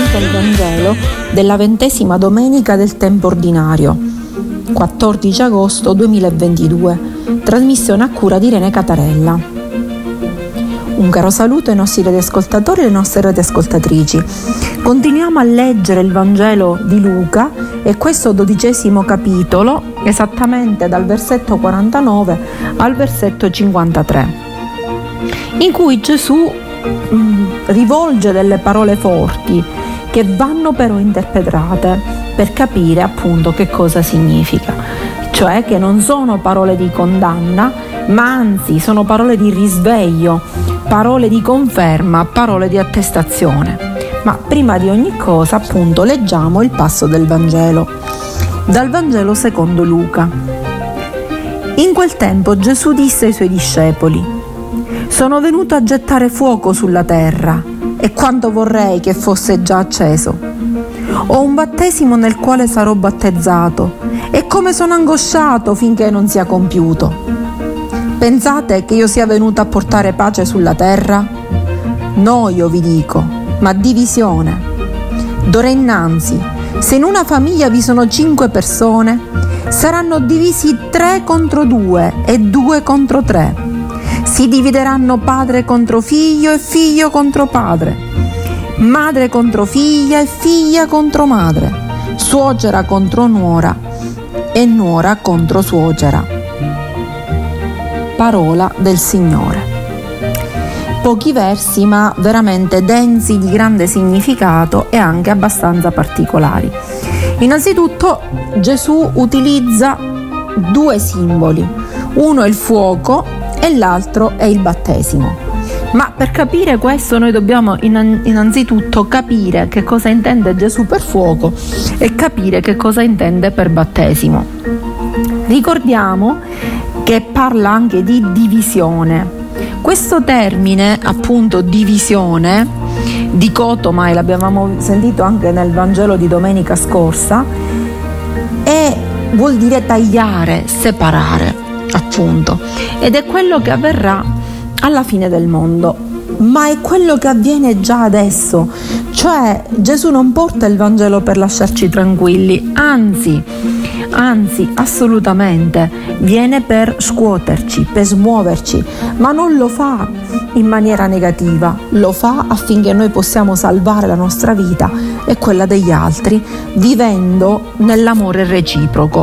ascoltate il Vangelo della 20ª domenica del tempo ordinario, 14 agosto 2022, trasmissione a cura di Irene Catarella. Un caro saluto ai nostri radioascoltatori e alle nostre radioascoltatrici. Continuiamo a leggere il Vangelo di Luca e questo 12° capitolo, esattamente dal versetto 49 al versetto 53, in cui Gesù rivolge delle parole forti che vanno però interpretate per capire appunto che cosa significa, cioè che non sono parole di condanna, ma anzi sono parole di risveglio, parole di conferma, parole di attestazione. Ma prima di ogni cosa appunto leggiamo il passo del Vangelo. Dal Vangelo secondo Luca. In quel tempo Gesù disse ai suoi discepoli: sono venuto a gettare fuoco sulla terra e quanto vorrei che fosse già acceso. Ho un battesimo nel quale sarò battezzato e come sono angosciato finché non sia compiuto. Pensate che io sia venuto a portare pace sulla terra? No, io vi dico, ma divisione. D'ora innanzi, se in una famiglia vi sono 5 persone, saranno divisi 3 contro 2 e 2 contro 3. Si divideranno padre contro figlio e figlio contro padre, madre contro figlia e figlia contro madre, suocera contro nuora e nuora contro suocera. Parola del Signore. Pochi versi, ma veramente densi di grande significato e anche abbastanza particolari. Innanzitutto Gesù utilizza 2 simboli, uno è il fuoco e l'altro è il battesimo. Ma per capire questo noi dobbiamo innanzitutto capire che cosa intende Gesù per fuoco e capire che cosa intende per battesimo. Ricordiamo che parla anche di divisione. Questo termine, appunto divisione, dicotoma, e l'abbiamo sentito anche nel Vangelo di domenica scorsa, vuol dire tagliare, separare, appunto, ed è quello che avverrà alla fine del mondo, ma è quello che avviene già adesso. Cioè Gesù non porta il Vangelo per lasciarci tranquilli, anzi assolutamente viene per scuoterci, per smuoverci, ma non lo fa in maniera negativa, lo fa affinché noi possiamo salvare la nostra vita e quella degli altri, vivendo nell'amore reciproco.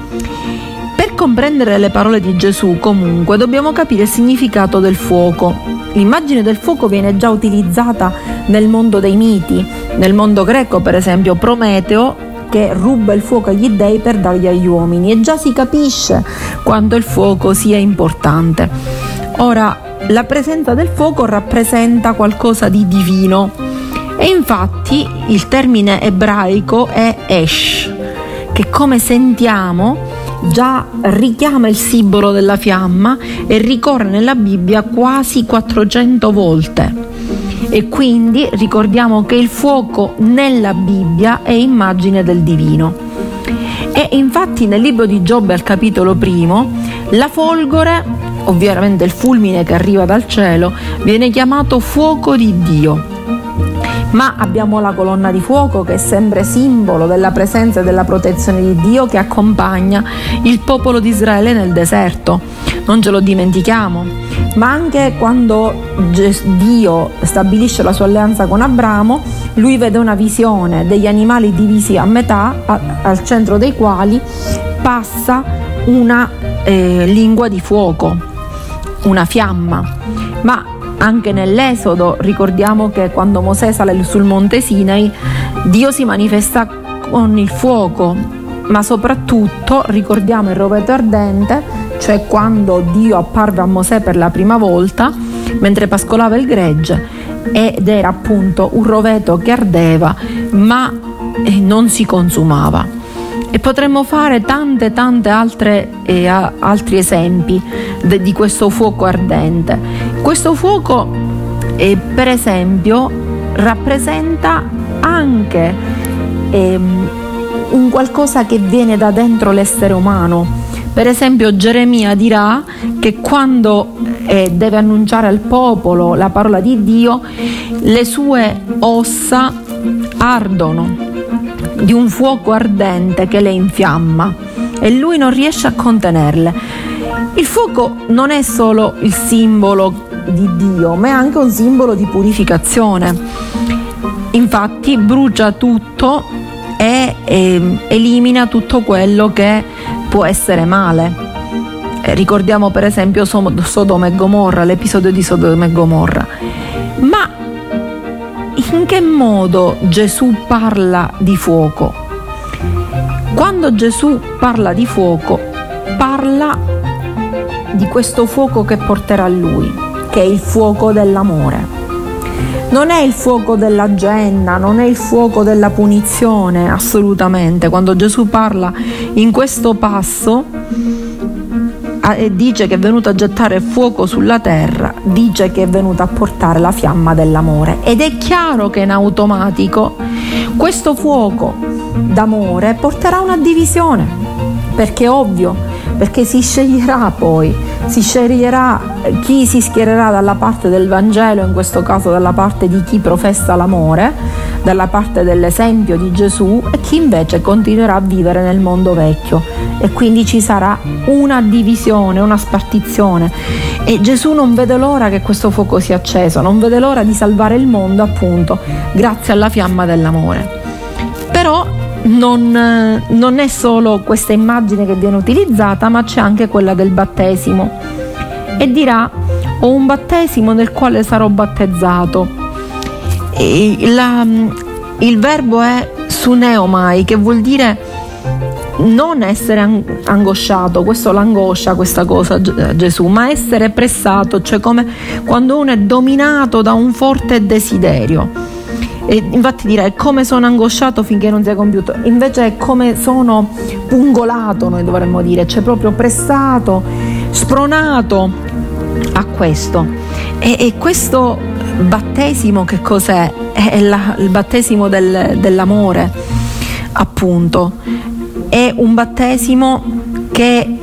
Per comprendere le parole di Gesù, comunque, dobbiamo capire il significato del fuoco. L'immagine del fuoco viene già utilizzata nel mondo dei miti. Nel mondo greco, per esempio, Prometeo che ruba il fuoco agli dei per dargli agli uomini, e già si capisce quanto il fuoco sia importante. Ora, la presenza del fuoco rappresenta qualcosa di divino, e infatti il termine ebraico è Esh, che come sentiamo già richiama il simbolo della fiamma e ricorre nella Bibbia quasi 400 volte. E quindi ricordiamo che il fuoco nella Bibbia è immagine del divino. E infatti nel libro di Giobbe al capitolo 1, la folgore, ovviamente il fulmine che arriva dal cielo, viene chiamato fuoco di Dio. Ma abbiamo la colonna di fuoco che è sempre simbolo della presenza e della protezione di Dio che accompagna il popolo di Israele nel deserto. Non ce lo dimentichiamo. Ma anche quando Dio stabilisce la sua alleanza con Abramo, lui vede una visione degli animali divisi a metà, al centro dei quali passa una lingua di fuoco, una fiamma. Ma anche nell'Esodo ricordiamo che quando Mosè sale sul monte Sinai, Dio si manifesta con il fuoco, ma soprattutto ricordiamo il roveto ardente, cioè quando Dio apparve a Mosè per la prima volta mentre pascolava il gregge, ed era appunto un roveto che ardeva ma non si consumava. E potremmo fare tante altri esempi di questo fuoco ardente. Questo fuoco per esempio rappresenta anche un qualcosa che viene da dentro l'essere umano. Per esempio Geremia dirà che quando deve annunciare al popolo la parola di Dio, le sue ossa ardono di un fuoco ardente che le infiamma e lui non riesce a contenerle. Il fuoco non è solo il simbolo di Dio, ma è anche un simbolo di purificazione. Infatti brucia tutto e elimina tutto quello che può essere male. Ricordiamo per esempio Sodoma e Gomorra, l'episodio di Sodoma e Gomorra. Ma in che modo Gesù parla di fuoco? Quando Gesù parla di fuoco, parla di questo fuoco che porterà lui, che è il fuoco dell'amore. Non è il fuoco dell'agenda, non è il fuoco della punizione, assolutamente. Quando Gesù parla in questo passo e dice che è venuto a gettare fuoco sulla terra, dice che è venuto a portare la fiamma dell'amore. Ed è chiaro che in automatico questo fuoco d'amore porterà una divisione, perché è ovvio, perché si sceglierà chi si schiererà dalla parte del Vangelo, in questo caso dalla parte di chi professa l'amore, dalla parte dell'esempio di Gesù, e chi invece continuerà a vivere nel mondo vecchio, e quindi ci sarà una divisione, una spartizione. E Gesù non vede l'ora che questo fuoco sia acceso, non vede l'ora di salvare il mondo, appunto grazie alla fiamma dell'amore. Però non è solo questa immagine che viene utilizzata, ma c'è anche quella del battesimo, e dirà: ho un battesimo nel quale sarò battezzato. Il verbo è suneomai, che vuol dire non essere angosciato, questo l'angoscia, questa cosa Gesù, ma essere pressato, cioè come quando uno è dominato da un forte desiderio. E infatti dirà: è come sono angosciato finché non sia compiuto, invece è come sono pungolato, noi dovremmo dire, cioè proprio pressato, spronato a questo. E questo battesimo che cos'è? È il battesimo dell'amore, appunto. È un battesimo che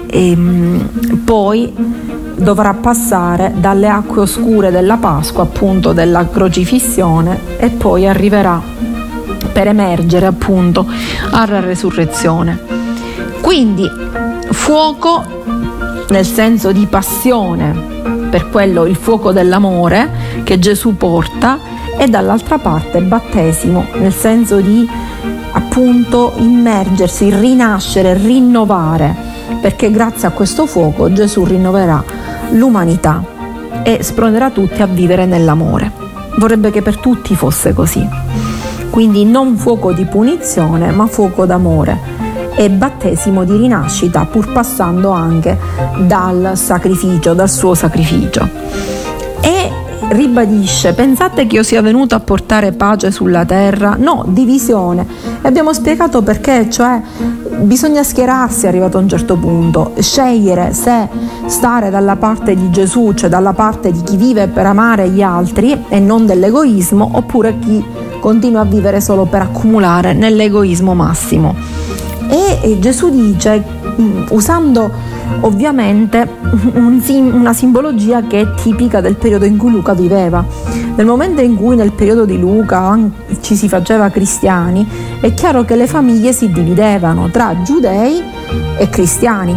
poi dovrà passare dalle acque oscure della Pasqua, appunto della crocifissione, e poi arriverà per emergere appunto alla resurrezione. Quindi fuoco nel senso di passione, per quello il fuoco dell'amore che Gesù porta, e dall'altra parte battesimo nel senso di appunto immergersi, rinascere, rinnovare, perché grazie a questo fuoco Gesù rinnoverà l'umanità e spronerà tutti a vivere nell'amore. Vorrebbe che per tutti fosse così. Quindi non fuoco di punizione, ma fuoco d'amore e battesimo di rinascita, pur passando anche dal sacrificio, dal suo sacrificio. E ribadisce: pensate che io sia venuto a portare pace sulla terra? No, divisione. E abbiamo spiegato perché, cioè bisogna schierarsi arrivato a un certo punto, scegliere se stare dalla parte di Gesù, cioè dalla parte di chi vive per amare gli altri e non dell'egoismo, oppure chi continua a vivere solo per accumulare nell'egoismo massimo. E Gesù dice, usando ovviamente una simbologia che è tipica del periodo in cui Luca viveva. Nel momento in cui nel periodo di Luca ci si faceva cristiani, è chiaro che le famiglie si dividevano tra giudei e cristiani,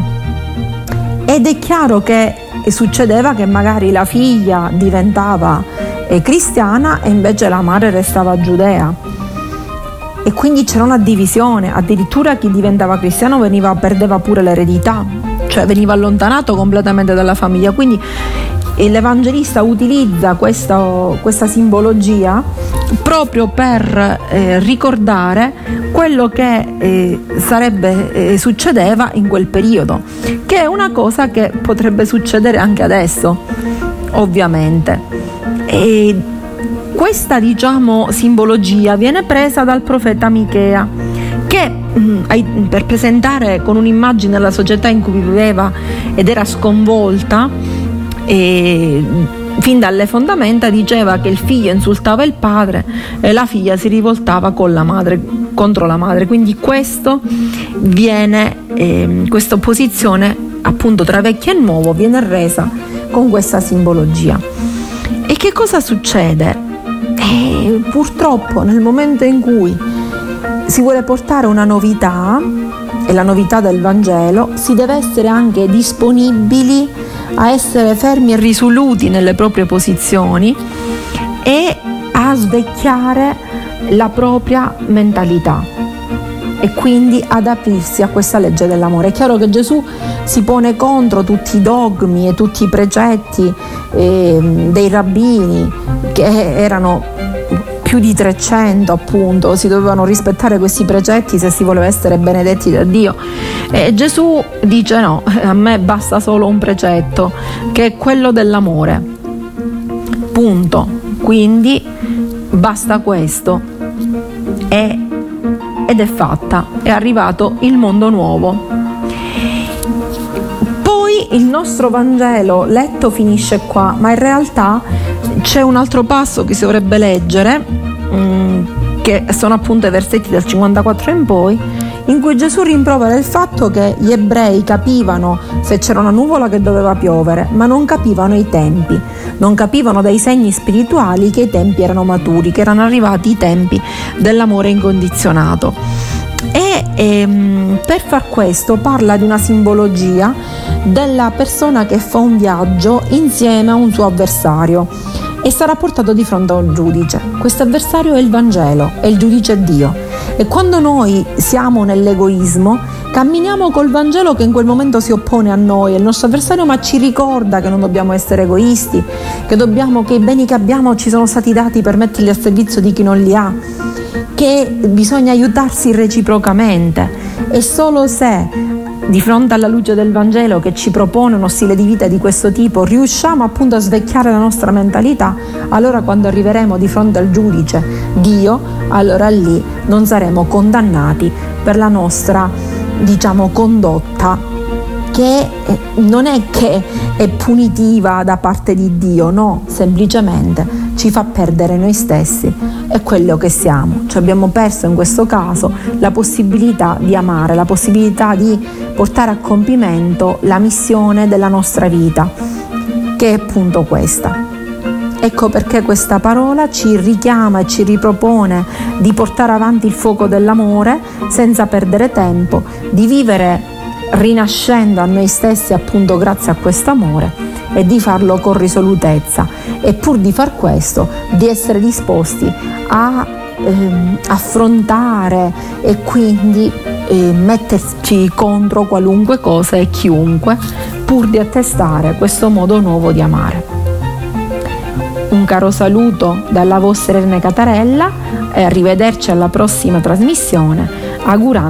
ed è chiaro che succedeva che magari la figlia diventava cristiana e invece la madre restava giudea. E quindi c'era una divisione, addirittura chi diventava cristiano perdeva pure l'eredità, cioè veniva allontanato completamente dalla famiglia. Quindi l'Evangelista utilizza questa simbologia proprio per ricordare quello che succedeva in quel periodo, che è una cosa che potrebbe succedere anche adesso, ovviamente. E questa, simbologia viene presa dal profeta Michea, che per presentare con un'immagine la società in cui viveva ed era sconvolta fin dalle fondamenta, diceva che il figlio insultava il padre e la figlia si rivoltava contro la madre. Quindi questa opposizione appunto tra vecchio e nuovo viene resa con questa simbologia. E che cosa succede? purtroppo nel momento in cui si vuole portare una novità, e la novità del Vangelo, si deve essere anche disponibili a essere fermi e risoluti nelle proprie posizioni e a svecchiare la propria mentalità e quindi ad aprirsi a questa legge dell'amore. È chiaro che Gesù si pone contro tutti i dogmi e tutti i precetti dei rabbini, che erano più di 300, appunto, si dovevano rispettare questi precetti se si voleva essere benedetti da Dio. E Gesù dice no, a me basta solo un precetto, che è quello dell'amore, punto. Quindi basta questo ed è fatta, è arrivato il mondo nuovo. Poi il nostro Vangelo letto finisce qua, ma in realtà c'è un altro passo che si dovrebbe leggere, che sono appunto i versetti dal 54 in poi, in cui Gesù rimprovera il fatto che gli ebrei capivano se c'era una nuvola che doveva piovere, ma non capivano i tempi, non capivano dai segni spirituali che i tempi erano maturi, che erano arrivati i tempi dell'amore incondizionato. E per far questo parla di una simbologia della persona che fa un viaggio insieme a un suo avversario e sarà portato di fronte a un giudice. Questo avversario è il Vangelo, è il giudice Dio. E quando noi siamo nell'egoismo, camminiamo col Vangelo che in quel momento si oppone a noi, è il nostro avversario, ma ci ricorda che non dobbiamo essere egoisti, che i beni che abbiamo ci sono stati dati per metterli a servizio di chi non li ha, che bisogna aiutarsi reciprocamente. E solo se di fronte alla luce del Vangelo che ci propone uno stile di vita di questo tipo riusciamo appunto a svecchiare la nostra mentalità, allora quando arriveremo di fronte al giudice Dio, allora lì non saremo condannati per la nostra, condotta, che non è che è punitiva da parte di Dio, no, semplicemente ci fa perdere noi stessi e quello che siamo. Ci abbiamo perso in questo caso la possibilità di amare, la possibilità di portare a compimento la missione della nostra vita, che è appunto questa. Ecco perché questa parola ci richiama e ci ripropone di portare avanti il fuoco dell'amore senza perdere tempo, di vivere rinascendo a noi stessi appunto grazie a questo amore e di farlo con risolutezza, e pur di far questo di essere disposti a affrontare e quindi metterci contro qualunque cosa e chiunque, pur di attestare questo modo nuovo di amare. Un caro saluto dalla vostra Irene Catarella e arrivederci alla prossima trasmissione, augurando